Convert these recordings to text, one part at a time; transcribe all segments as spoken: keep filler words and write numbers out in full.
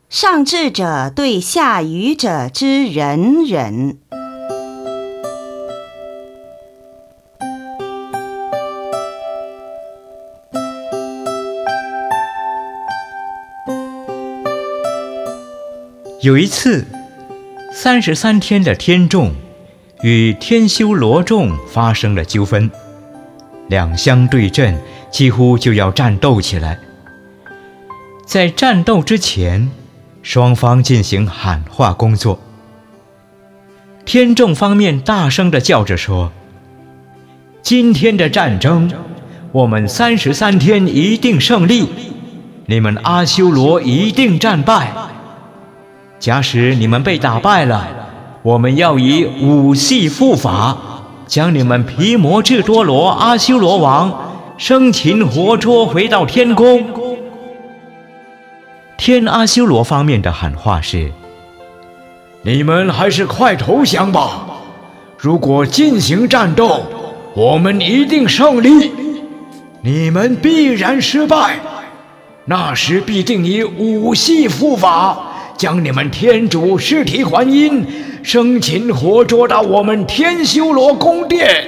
上智者对下愚者之仁忍。 有一次，三十三天的天众与天修罗众发生了纠纷，两相对阵，几乎就要战斗起来。在战斗之前，双方进行喊话工作。天众方面大声地叫着说：“今天的战争，我们三十三天一定胜利，你们阿修罗一定战败。假使你们被打败了，我们要以五系复法，将你们毗摩智多罗阿修罗王生擒活捉回到天宫。”天阿修罗方面的喊话是：“你们还是快投降吧！如果进行战斗，我们一定胜利；你们必然失败，那时必定以五系复法，将你们天主尸体还阴，生擒活捉到我们天修罗宫殿。”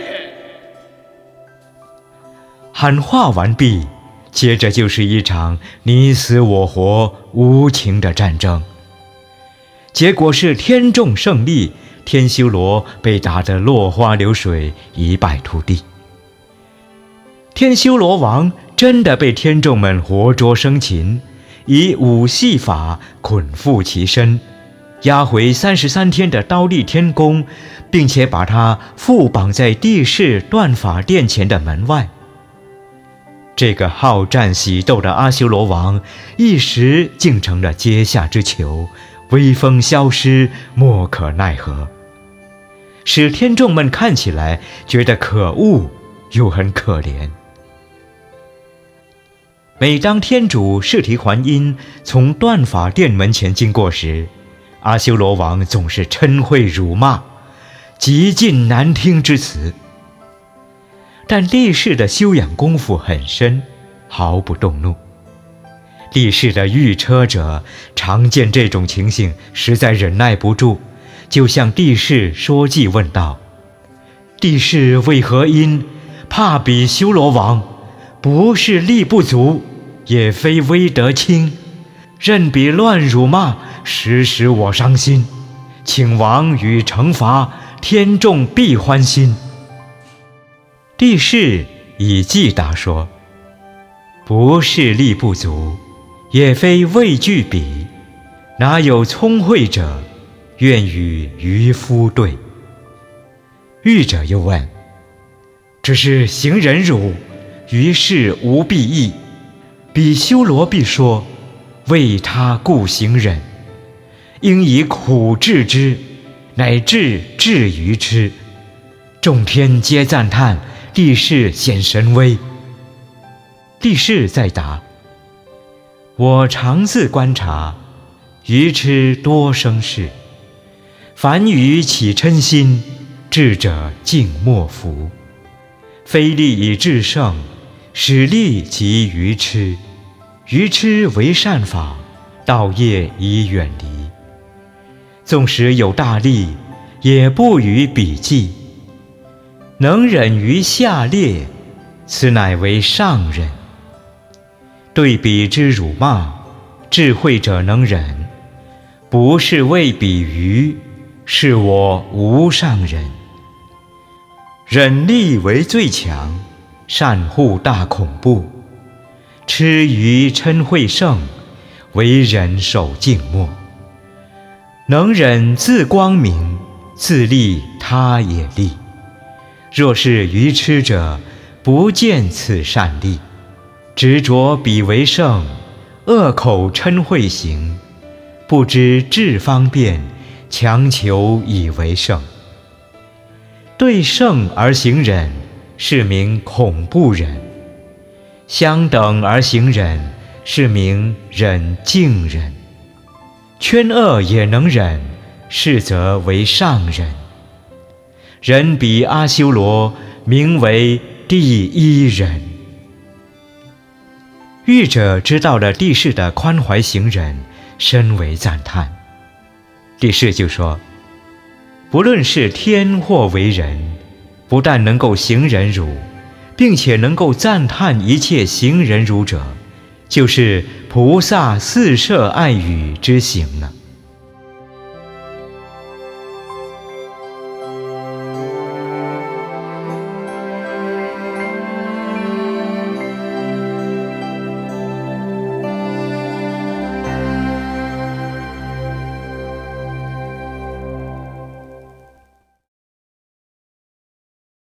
喊话完毕，接着就是一场你死我活、无情的战争。结果是天众胜利，天修罗被打得落花流水，一败涂地。天修罗王真的被天众们活捉生擒，以五系法捆缚其身，押回三十三天的刀立天宫，并且把他缚绑在帝释断法殿前的门外。这个好战喜斗的阿修罗王一时竟成了阶下之囚，威风消失，莫可奈何，使天众们看起来觉得可恶又很可怜。每当天主尸体还阴从断法殿门前经过时，阿修罗王总是嗔恚辱骂，极尽难听之词。但帝释的修养功夫很深，毫不动怒。帝释的御车者常见这种情形，实在忍耐不住，就向帝释说计问道：“帝释为何因怕比修罗王，不是力不足，也非威德轻，任彼乱辱骂，实使我伤心，请王予惩罚，天众必欢心。”帝释以计答说：“不是力不足，也非畏惧彼，哪有聪慧者，愿与渔夫对。”御者又问：“只是行忍辱，于事无裨益。比修罗必说：为他故行忍，应以苦治之，乃至至于痴。众天皆赞叹，帝释显神威。”帝释再答：“我常自观察，愚痴多生事，凡愚起嗔心，智者竟莫服。非力以制胜，使力即愚痴，愚痴为善法，道业以远离。纵使有大力，也不与彼济。能忍于下劣，此乃为上忍。对彼之辱骂，智慧者能忍，不是为彼愚，是我无上忍。忍力为最强，善护大恐怖。痴愚嗔恚盛，为忍守静默。能忍自光明，自利他也利。若是愚痴者，不见此善利，执着彼为圣，恶口嗔恚行，不知智方便，强求以为圣。对圣而行忍，是名恐怖忍；相等而行忍，是名忍静忍。圈恶也能忍，是则为上忍。忍比阿修罗，名为第一忍。御者知道了帝释的宽怀行忍， 深为赞叹。第四就说，不论是天或为人，不但能够行忍辱，并且能够赞叹一切行忍辱者，就是菩萨四摄爱语之行了。